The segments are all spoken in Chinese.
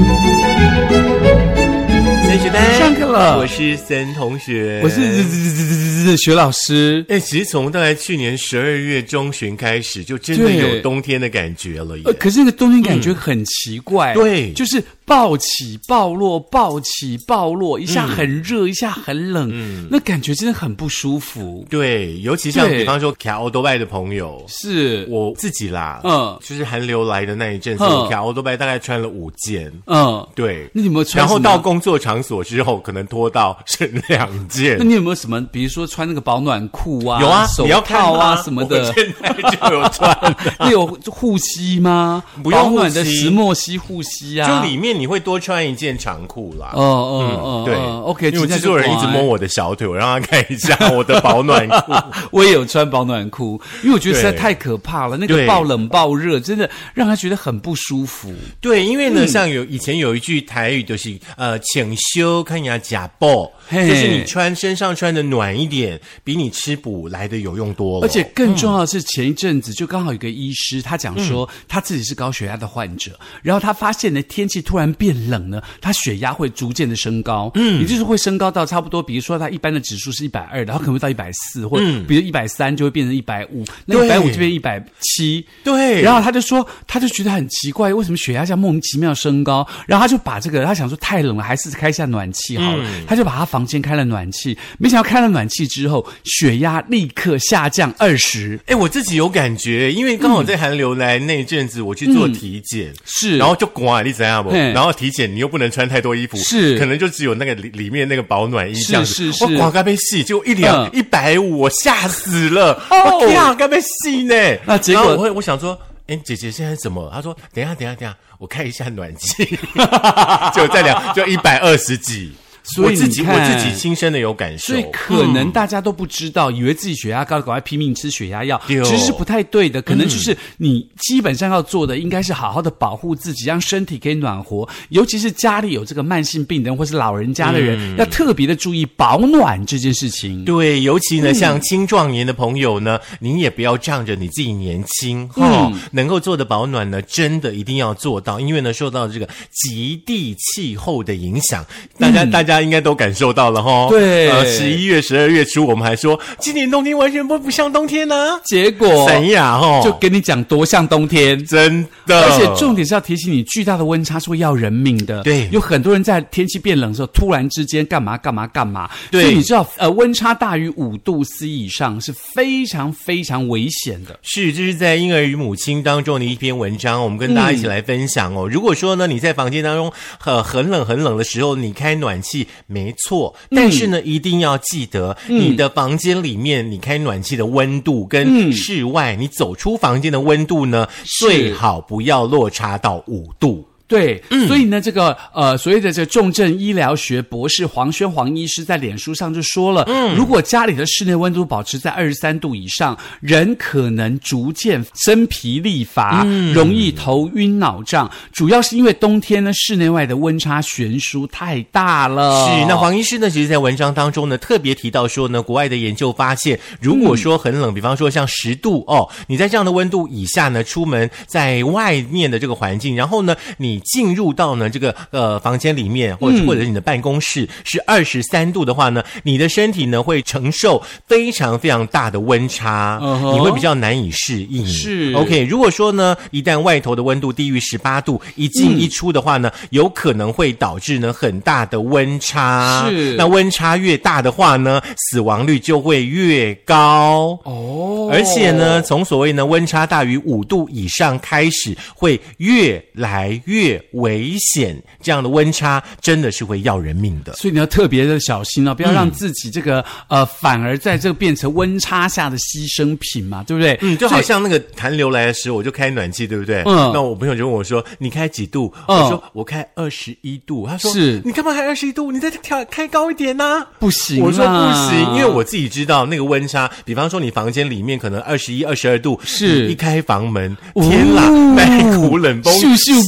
上课了， 我是森同学， 我是学老师。 其实从大概去年12月中旬开始，就真的有冬天的感觉了耶。 可是那个冬天感觉很奇怪， 对， 就是暴起暴落，暴起暴落，一下很热，一下很冷，那感觉真的很不舒服。 对，尤其像比方说骑欧多拜的朋友， 是我自己啦，就是寒流来的那一阵子，我骑欧多拜大概穿了5件，对。 那你有没有穿？ 然后到工作场所之后，可能脱到剩2件。 那你有没有什么，比如说穿那个保暖裤啊？ 有啊， 手套啊什么的。 我现在就有穿。 你有护膝吗？ 不用护膝， 保暖的石墨烯护膝啊。 就里面你会多穿一件长裤啦。对 ，OK。 因为制作人一直摸我的小腿，我让他看一下我的保暖裤。 我也有穿保暖裤，因为我觉得实在太可怕了，那个暴冷暴热，真的让他觉得很不舒服。 对，因为呢，像以前有一句台语就是请修看牙假爆，就是你身上穿的暖一点，比你吃补来的有用多了。 而且更重要的是，前一阵子就刚好有一个医师，他讲说他自己是高血压的患者，然后他发现呢天气突然变冷呢，他血压会逐渐的升高，也就是会升高到差不多，比如说他一般的指数是120，然后可能会到140，或者比如130就会变成150，那150就变170，对。然后他就说，他就觉得很奇怪，为什么血压这样莫名其妙升高？然后他就把这个，他想说太冷了，还是开一下暖气好了，他就把他房间开了暖气，没想到开了暖气之后，血压立刻下降20。 我自己有感觉，因为刚好在寒流来那一阵子，我去做体检， 是， 然后就刮，你怎样不？然后体检你又不能穿太多衣服， 是， 可能就只有那个里面那个保暖衣这样子， 是， 我刮该被洗，就150，我吓死了，我天，该被洗呢。那结果我想说，姐姐现在怎么？她说等一下，我开一下暖气，就再量就120几。所以我自己亲身的有感受， 所以可能大家都不知道，以为自己血压高，赶快拼命吃血压药，其实是不太对的。可能就是你基本上要做的，应该是好好的保护自己，让身体可以暖和。尤其是家里有这个慢性病人或是老人家的人，要特别的注意保暖这件事情。 对，尤其呢，像青壮年的朋友呢，您也不要仗着你自己年轻能够做的保暖呢，真的一定要做到，因为呢，受到这个极地气候的影响，大家应该都感受到了齁。 对 ，11月、12月初，我们还说今年冬天完全不像冬天呢， 结果怎样齁？ 就跟你讲多像冬天， 真的。 而且重点是要提醒你，巨大的温差是会要人命的。 对， 有很多人在天气变冷的时候，突然之间干嘛。对，所以你知道，温差大于5度C 以上是非常非常危险的。 是，这是在《婴儿与母亲》当中的一篇文章，我们跟大家一起来分享哦。如果说呢，你在房间当中很冷的时候，你开暖气没错，但是呢，一定要记得你的房间里面你开暖气的温度跟室外你走出房间的温度呢，最好不要落差到5度。 对，所以呢，这个所谓的这个重症医疗学博士黄医师在脸书上就说了，如果家里的室内温度保持在23度以上，人可能逐渐身疲力乏，容易头晕脑胀，主要是因为冬天呢室内外的温差悬殊太大了。 是，那黄医师呢，其实在文章当中呢特别提到说呢，国外的研究发现，如果说很冷，比方说像10度你在这样的温度以下呢，出门在外面的这个环境，然后呢你进入到呢这个房间里面，或者是你的办公室是23度的话呢，你的身体呢会承受非常非常大的温差，你会比较难以适应。 是 OK， 如果说呢一旦外头的温度低于18度，一进一出的话呢，有可能会导致呢很大的温差。 是， 那温差越大的话呢，死亡率就会越高。而且呢，从所谓呢温差大于5度以上开始，会越来越危险，这样的温差真的是会要人命的。 所以你要特别的小心不要让自己这个反而在这个变成温差下的牺牲品嘛，对不对？ 就好像那个寒流来的时候，我就开暖气，对不对？那我朋友就问我说：“你开几度？”我说：“我开21度。”他说：“是你干嘛开21度？你再开高一点啊！” 不行， 我说不行，因为我自己知道那个温差，比方说你房间里面可能21、22度，是一开房门，天啦，那股冷风袭来的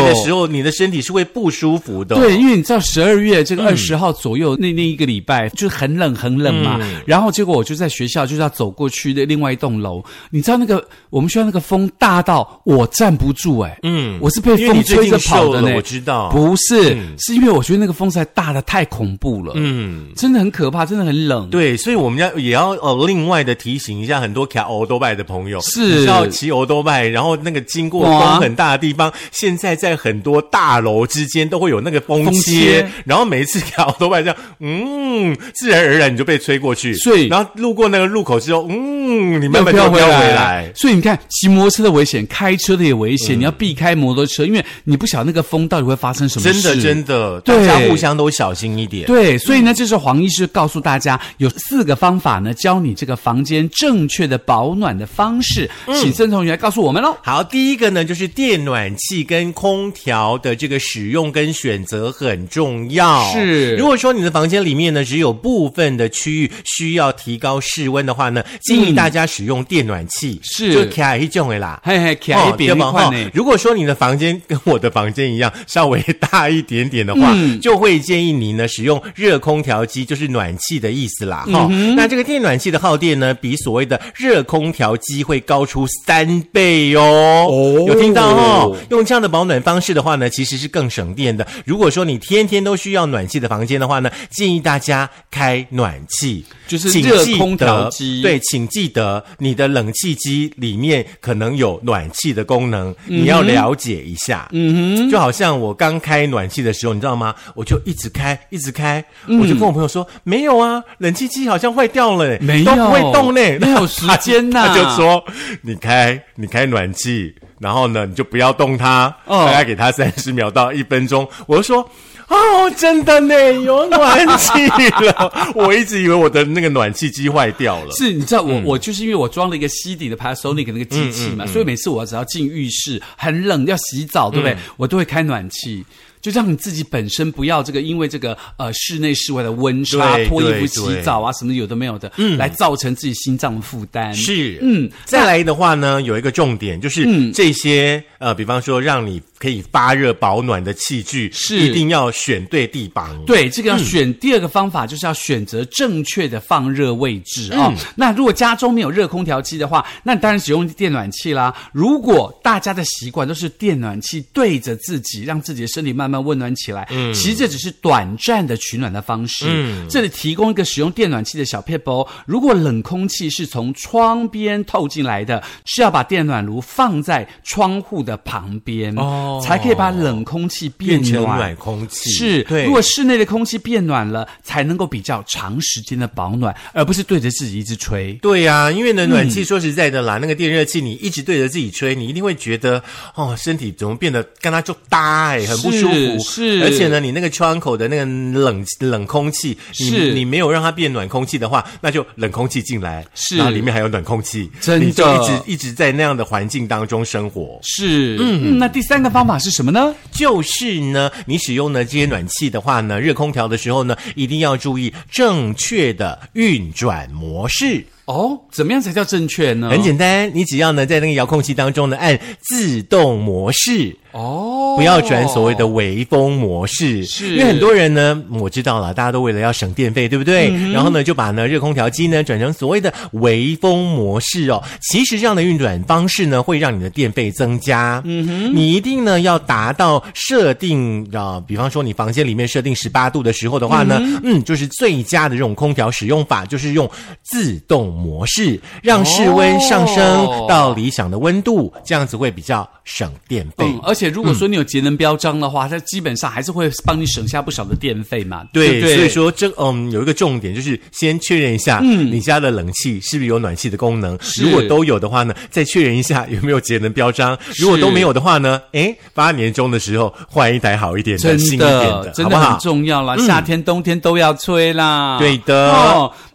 的时候，你的身体是会不舒服的。 对，因为你知道12月这个20号左右，那一个礼拜就是很冷嘛。然后结果我就在学校就是要走过去的另外一栋楼，你知道那个我们学校那个风大到我站不住我是被风吹着跑的呢。 我知道， 不是，是因为我觉得那个风实在大的太恐怖了，真的很可怕，真的很冷。 对，所以我们也要另外的提醒一下很多骑欧多拜的朋友， 是要骑欧多拜，然后那个经过风很大的地方，现在在很多大楼之间都会有那个风切，然后每一次骑欧多拜这样，自然而然你就被吹过去， 所以然后路过那个路口之后，你慢慢就飘回来。 所以你看，骑摩托车的危险，开车的也危险，你要避开摩托车，因为你不晓得那个风到底会发生什么事。 真的，大家互相都小心一点。 对，所以呢，这是黄医师告诉大家有4个方法呢，教你这个房间正确的保暖的方式。请森同学来告诉我们咯。 好，第一个呢，就是电暖气跟空调的这个使用跟选择很重要。 是， 如果说你的房间里面呢，只有部分的区域需要提高室温的话呢，建议大家使用电暖气。 是， 就卡一种的啦， 嘿，卡一边一块呢。 如果说你的房间跟我的房间一样，稍微大一点点的话，就会建议你呢使用热空调机，就是暖气的意思啦。那这个电暖气的耗电呢，比所谓的热空调机会高出3倍哦。有听到哦？用这样的保暖方式的话呢，其实是更省电的。如果说你天天都需要暖气的房间的话呢，建议大家开暖气， 就是热空调机。 对，请记得你的冷气机里面可能有暖气的功能，你要了解一下。就好像我刚开暖气的时候，你知道吗？我就一直开，我就跟我朋友说，没有啊，冷气机好像坏掉了， 没有， 都不会动呢， 没有时间呐。 他就说，你开暖气，然后呢，你就不要动它，大概给它30秒到1分钟。我就说，真的呢，有暖气了。我一直以为我的那个暖气机坏掉了。 是，你知道我就是因为我装了一个吸顶的 Panasonic 那个机器嘛，所以每次我只要进浴室很冷要洗澡，对不对？我都会开暖气。就让你自己本身不要这个，因为这个室内室外的温差，脱衣服、洗澡啊什么有的没有的，来造成自己心脏的负担。 是，再来的话呢，有一个重点就是这些比方说让你可以发热保暖的器具，是一定要选对地方。 对，这个要选。第二个方法就是要选择正确的放热位置啊。那如果家中没有热空调机的话，那你当然使用电暖气啦。如果大家的习惯都是电暖气对着自己，让自己的身体慢慢温暖起来，其实这只是短暂的取暖的方式。这里提供一个使用电暖气的小撇步，如果冷空气是从窗边透进来的，是要把电暖炉放在窗户的旁边，才可以把冷空气变成暖空气。 是，如果室内的空气变暖了，才能够比较长时间的保暖，而不是对着自己一直吹。 对啊，因为呢，暖气说实在的啦，那个电热器你一直对着自己吹，你一定会觉得身体怎么变得跟它就搭很不舒服。 是， 而且呢，你那个窗口的那个冷空气，你没有让它变暖空气的话，那就冷空气进来，然后里面还有暖空气， 真的你就一直在那样的环境当中生活。 是，那第3个方法是什么呢？ 就是呢，你使用呢这些暖气的话呢，热空调的时候呢，一定要注意正确的运转模式。 怎么样才叫正确呢？ 很简单，你只要呢在那个遥控器当中呢按自动模式。不要转所谓的微风模式，因为很多人呢，我知道了，大家都为了要省电费，对不对？然后呢，就把呢热空调机呢转成所谓的微风模式哦。其实这样的运转方式呢，会让你的电费增加。你一定呢要达到设定比方说你房间里面设定18度的时候的话呢，就是最佳的这种空调使用法，就是用自动模式，让室温上升到理想的温度，这样子会比较省电费。 而且如果说你有节能标章的话，它基本上还是会帮你省下不少的电费嘛。 对，所以说有一个重点就是先确认一下你家的冷气是不是有暖气的功能，如果都有的话呢，再确认一下有没有节能标章，如果都没有的话呢，8年中的时候换一台好一点的新一点的， 真的很重要啦。夏天冬天都要吹啦。 对的。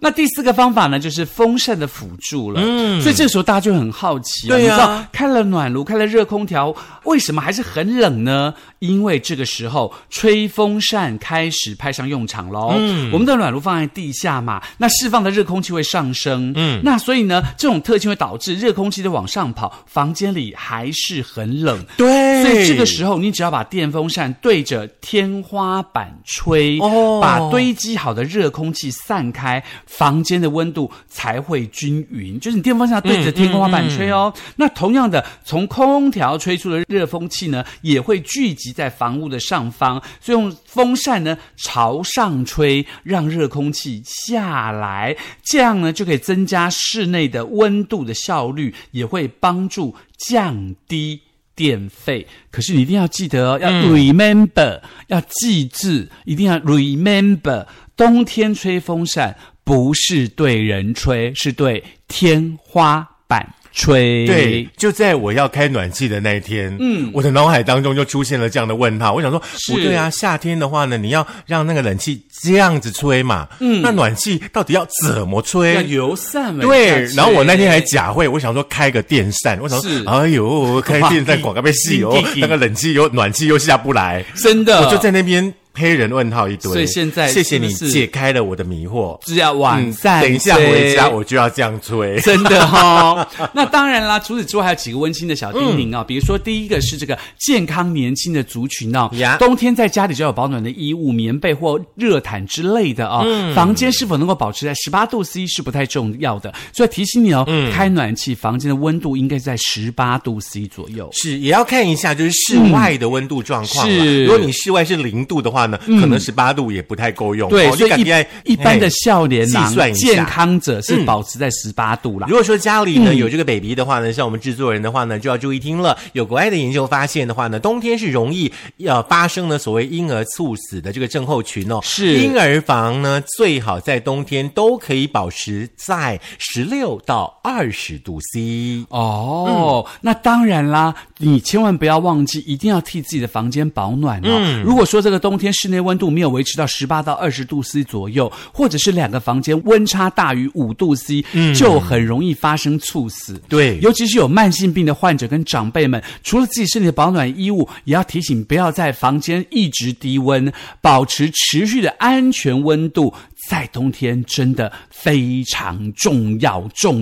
那第4个方法呢，就是风扇的辅助了。所以这个时候大家就很好奇对啊， 你知道开了暖炉，开了热空调，为什么还是很冷呢？因为这个时候吹风扇开始派上用场咯。我们的暖炉放在地下嘛，那释放的热空气会上升。那所以呢，这种特性会导致热空气的往上跑，房间里还是很冷。 对， 所以这个时候你只要把电风扇对着天花板吹，把堆积好的热空气散开，房间的温度才会均匀。就是你电风扇对着天花板吹哦。那同样的，从空调吹出的热风气呢，也会聚集在房屋的上方，所以用风扇呢朝上吹，让热空气下来，这样呢就可以增加室内的温度的效率，也会帮助降低电费。可是你一定要记得哦，要 remember，要记住，一定要 remember， 冬天吹风扇不是对人吹，是对天花板吹。 对，就在我要开暖气的那一天，我的脑海当中就出现了这样的问号。我想说，不对啊，夏天的话呢，你要让那个冷气这样子吹嘛，那暖气到底要怎么吹？ 要由散而对， 下然后我那天还假会，我想说开个电扇，我想说，哎呦，开电扇广告被戏哦，那个暖气又下不来， 真的， 我就在那边黑人问号一堆。 所以现在谢谢你解开了我的迷惑， 只要晚上等一下回家我就要这样吹， 真的哦。那当然啦，除此之外还有几个温馨的小叮咛比如说第一个是这个健康年轻的族群冬天在家里就有保暖的衣物，棉被或热毯之类的房间是否能够保持在18度 C 是不太重要的，所以提醒你开暖气房间的温度应该在18度 C 左右。 是，也要看一下就是室外的温度状况是， 如果你室外是0度的话呢，可能18度也不太够用。 对，所以一般的少年郎健康者是保持在18度啦。 如果说家里呢有这个 baby 的话呢，像我们制作人的话呢，就要注意听了。有国外的研究发现的话呢，冬天是容易发生呢所谓婴儿猝死的这个症候群是， 婴儿房呢最好在冬天都可以保持在16到20度 C。 那当然啦，你千万不要忘记，一定要替自己的房间保暖如果说这个冬天室内温度没有维持到18到20度 C 左右，或者是2个房间温差大于5度 C，就很容易发生猝死。 对， 尤其是有慢性病的患者跟长辈们，除了自己身体的保暖衣物，也要提醒不要在房间一直低温，保持持续的安全温度，在冬天真的非常重要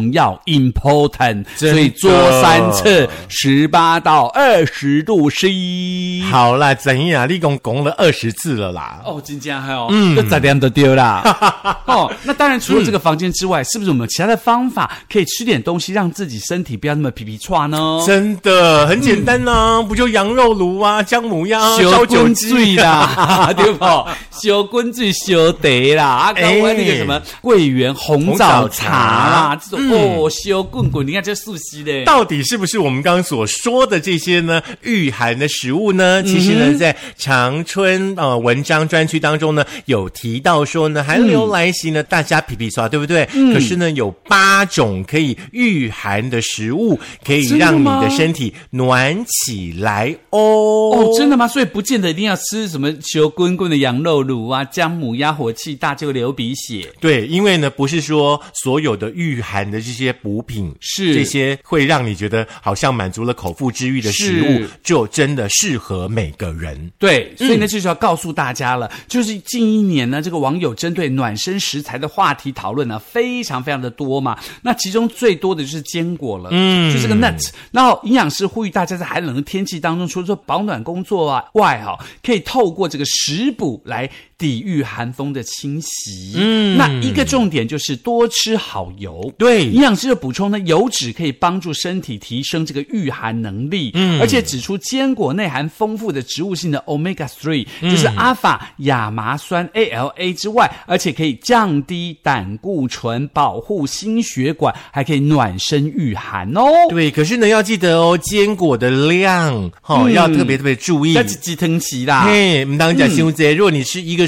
important， 所以做3次18到20度 C。 好啦，怎样你讲了20次了啦。 真的还有就10点就丢啦。那当然除了这个房间之外，是不是我们有其他的方法可以吃点东西让自己身体不要那么皮皮剉呢？ 真的很简单不就羊肉炉啊，姜母鸭、烧酒鸡啦，对不？烧滚水、烧茶啦，刚刚那个什么桂圆红枣茶啦，这种烧滚滚，你看这熟悉的。 到底是不是我们刚刚所说的这些呢御寒的食物呢？其实呢，在长春文章专区当中呢，有提到说呢，寒流来袭呢，大家皮皮唰，对不对？可是呢，有8种可以御寒的食物，可以让你的身体暖起来真的吗？所以不见得一定要吃什么烧滚滚的羊肉炉啊、姜母鸭火气大就流鼻血。 对，因为呢，不是说所有的御寒的这些补品， 是这些会让你觉得好像满足了口腹之欲的食物，就真的适合每个人。 对，所以呢，就是要告诉大家了，就是近1年呢，这个网友针对暖身食材的话题讨论呢，非常非常的多嘛。那其中最多的就是坚果了，就是个 nut。然后营养师呼吁大家在寒冷的天气当中，除了说保暖工作外，可以透过这个食补来抵御寒风的侵袭。那一个重点就是多吃好油。 对， 营养师的补充呢，油脂可以帮助身体提升这个御寒能力。而且指出坚果内含丰富的植物性的 Omega 3，就是阿法亚麻酸 ALA 之外，而且可以降低胆固醇，保护心血管，还可以暖身御寒对，可是呢，要记得坚果的量要特别注意。 要几汤匙啦。 不当讲太多，如果你吃1个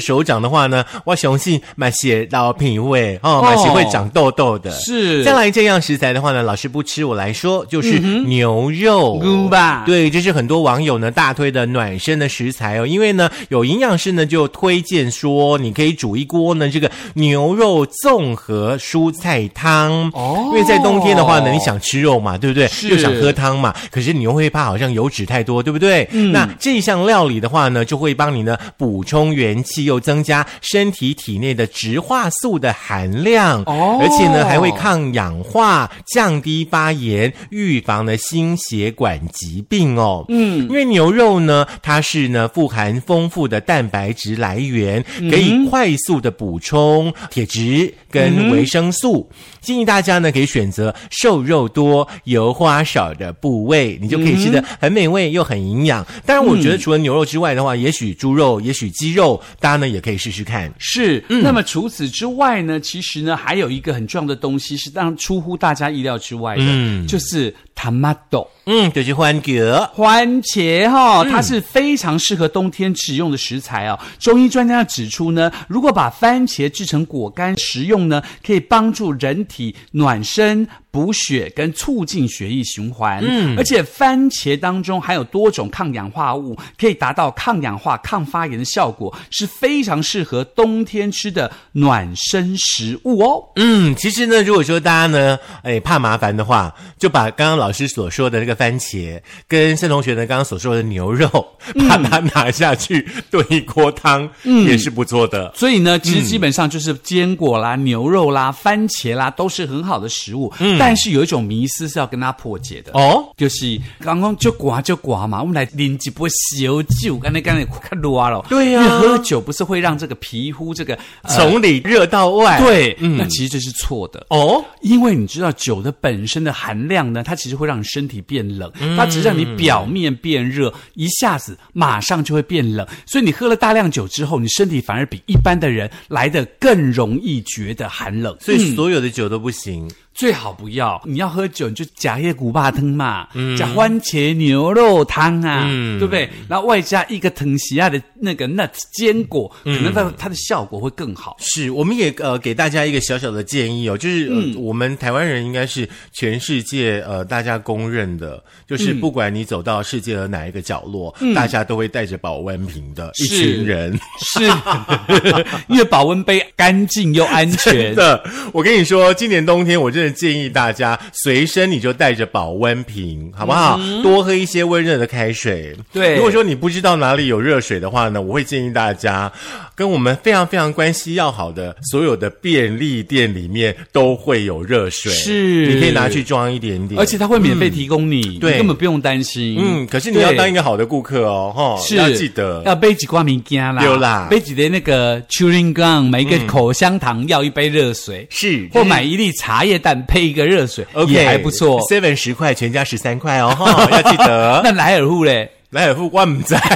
手掌的话呢，我相信蛮写到品味哦，蛮写会长痘痘的。 是。 再来这样食材的话呢，老师不吃我来说就是牛肉。对，这是很多网友呢大推的暖身的食材哦，因为呢有营养师呢就推荐说，你可以煮一锅呢这个牛肉综合蔬菜汤哦，因为在冬天的话呢，你想吃肉嘛，对不对？又想喝汤嘛，可是你又会怕好像油脂太多，对不对？那这一项料理的话呢，就会帮你呢补充元气，又增加身体体内的植化素的含量哦，而且呢还会抗氧化、降低发炎、预防呢心血管疾病哦。因为牛肉呢，它是呢富含丰富的蛋白质来源，可以快速的补充铁质跟维生素。建议大家呢可以选择瘦肉多、油花少的部位，你就可以吃得很美味又很营养。当然我觉得除了牛肉之外的话，也许猪肉、也许鸡肉，大家呢也可以试试看。 是，那么除此之外呢，其实呢还有一个很重要的东西是当然出乎大家意料之外的，就是 tomato。 就是番茄它是非常适合冬天食用的食材哦。中医专家指出呢，如果把番茄制成果干食用呢，可以帮助人体暖身、补血跟促进血液循环。而且番茄当中含有多种抗氧化物，可以达到抗氧化、抗发炎的效果，是非常适合冬天吃的暖身食物哦。 其实呢，如果说大家呢怕麻烦的话，就把刚刚老师所说的那个番茄跟盛同学呢刚刚所说的牛肉，把它拿下去炖一锅汤，也是不错的。 所以呢，其实基本上就是坚果啦、牛肉啦、番茄啦，都是很好的食物。但是有一种迷思是要跟他破解的哦，就是刚刚就刮嘛，我们来啉一杯烧酒，刚才看热了。 对呀， 因为喝酒不是会让这个皮肤这个从里热到外。 对，那其实这是错的哦，因为你知道酒的本身的含量呢，它其实会让你身体变冷，它只是让你表面变热，一下子马上就会变冷。所以你喝了大量酒之后，你身体反而比一般的人来得更容易觉得寒冷。 所以所有的酒都不行。 最好不要，你要喝酒你就加一些古巴汤嘛，加番茄牛肉汤啊，对不对？然后外加一个藤西亚的那个 nuts 坚果，可能它的效果会更好。 是，我们也给大家一个小小的建议哦，就是我们台湾人应该是全世界大家公认的，就是不管你走到世界的哪一个角落，大家都会带着保温瓶的一群人。 是，因为保温杯干净又安全。 真的，我跟你说，今年冬天我真的建议大家随身你就带着保温瓶，好不好？多喝一些温热的开水。 对， 如果说你不知道哪里有热水的话呢，我会建议大家跟我们非常非常关系要好的所有的便利店里面都会有热水， 是， 你可以拿去装一点点， 而且它会免费提供你， 对， 你根本不用担心。 可是你要当一个好的顾客哦， 是， 要记得要背几罐物件啦， 有啦， 背几的那个 chewing gum， 买一个口香糖，要一杯热水， 是， 或买一粒茶叶蛋配一个热水，也还不错。 7 10块，全家13块哦，要记得。 那莱尔富嘞？ 莱尔富我不知道。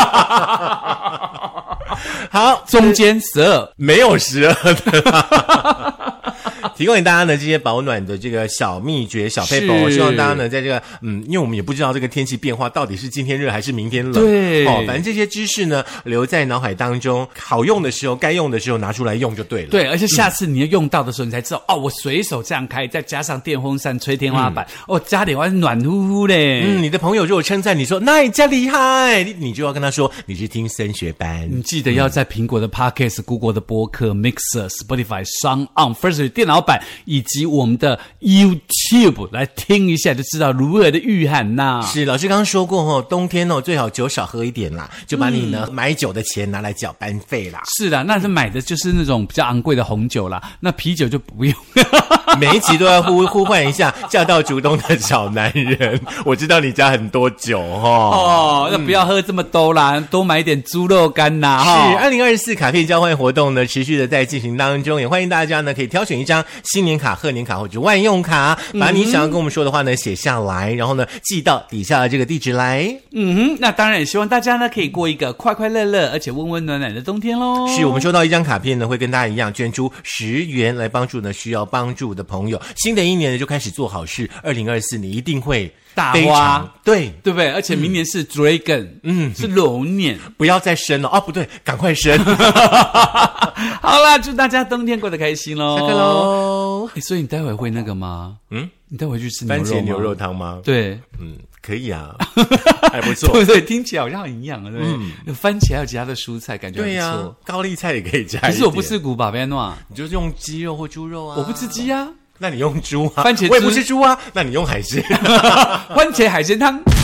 好， 中间12， 没有12的。提供给大家呢这些保暖的这个小秘诀、小撇步，希望大家呢在这个因为我们也不知道这个天气变化到底是今天热还是明天冷， 对反正这些知识呢留在脑海当中，好用的时候、该用的时候拿出来用就对了。 对，而且下次你要用到的时候，你才知道我随手这样开，再加上电风扇吹天花板，家里还暖乎乎嘞。 你的朋友如果称赞你说那你家厉害，你就要跟他说你是听升学班。 你记得要在苹果的 Podcast、Google 的播客、Mixer、Spotify、SoundOn、Firstory 电脑版以及我们的 YouTube 来听一下，就知道如何的御寒呐。 是，老师刚刚说过冬天最好酒少喝一点啦，就把你呢买酒的钱拿来缴班费啦。 是的，那是买的就是那种比较昂贵的红酒啦，那啤酒就不用。 每一集都要呼唤一下嫁到竹东的小男人，我知道你家很多酒那不要喝这么多啦，多买一点猪肉干啦。 是，2024卡片交换活动呢持续的在进行当中，也欢迎大家呢可以挑选一张新年卡、贺年卡或者万用卡，把你想要跟我们说的话呢写下来，然后呢寄到底下的这个地址来。 那当然也希望大家呢可以过一个快快乐乐而且温温暖暖的冬天咯。 是，我们收到一张卡片呢，会跟大家一样捐出10元来帮助呢需要帮助的朋友。新的一年呢就开始做好事2024你一定会大花， 对不对？而且明年是 Dragon，是龙年， 不要再生了哦，不对，赶快生。 好啦，祝大家冬天过得开心咯。 下课咯。 所以你待会会那个吗？你待会去吃番茄牛肉汤吗？ 对， 可以啊，还不错， 对不对？听起来好像很营养啊，对不对？有番茄，还有其他的蔬菜，感觉还不错。 对啊，高丽菜也可以加一点。 可是我不吃古巴贝诺， 你就用鸡肉或猪肉啊。 我不吃鸡啊， 那你用猪啊？ 番茄我也不吃猪啊，那你用海鲜。 番茄海鲜汤。